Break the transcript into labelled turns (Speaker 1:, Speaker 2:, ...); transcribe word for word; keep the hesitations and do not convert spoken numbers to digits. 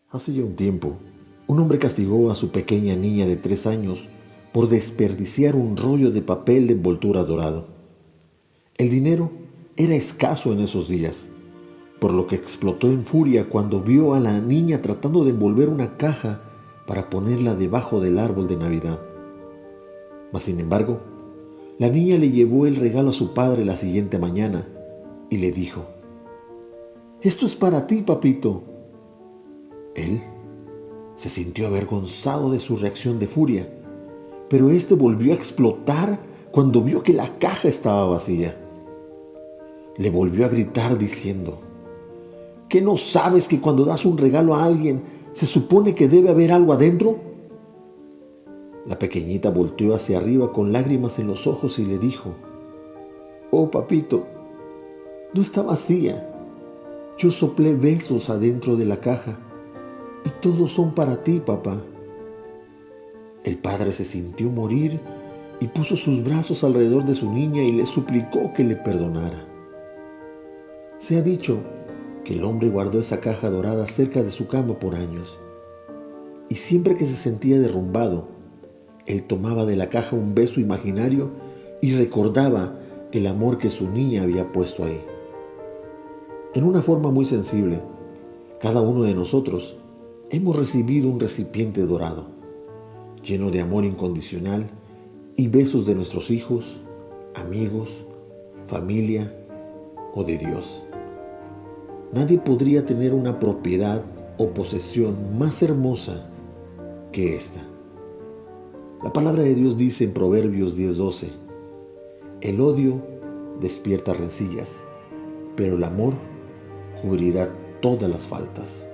Speaker 1: Hace ya un tiempo, un hombre castigó a su pequeña niña de tres años por desperdiciar un rollo de papel de envoltura dorado. El dinero era escaso en esos días, por lo que explotó en furia cuando vio a la niña tratando de envolver una caja para ponerla debajo del árbol de Navidad. Mas, sin embargo, la niña le llevó el regalo a su padre la siguiente mañana y le dijo: «Esto es para ti, papito». Él se sintió avergonzado de su reacción de furia, pero éste volvió a explotar cuando vio que la caja estaba vacía. Le volvió a gritar diciendo: «¿Qué no sabes que cuando das un regalo a alguien se supone que debe haber algo adentro?». La pequeñita volteó hacia arriba con lágrimas en los ojos y le dijo: «Oh, papito, no está vacía. Yo soplé besos adentro de la caja y todos son para ti, papá». El padre se sintió morir y puso sus brazos alrededor de su niña y le suplicó que le perdonara. Se ha dicho que el hombre guardó esa caja dorada cerca de su cama por años, y siempre que se sentía derrumbado, él tomaba de la caja un beso imaginario y recordaba el amor que su niña había puesto ahí. En una forma muy sensible, cada uno de nosotros hemos recibido un recipiente dorado, lleno de amor incondicional y besos de nuestros hijos, amigos, familia o de Dios. Nadie podría tener una propiedad o posesión más hermosa que esta. La palabra de Dios dice en Proverbios diez doce: «El odio despierta rencillas, pero el amor cubrirá todas las faltas».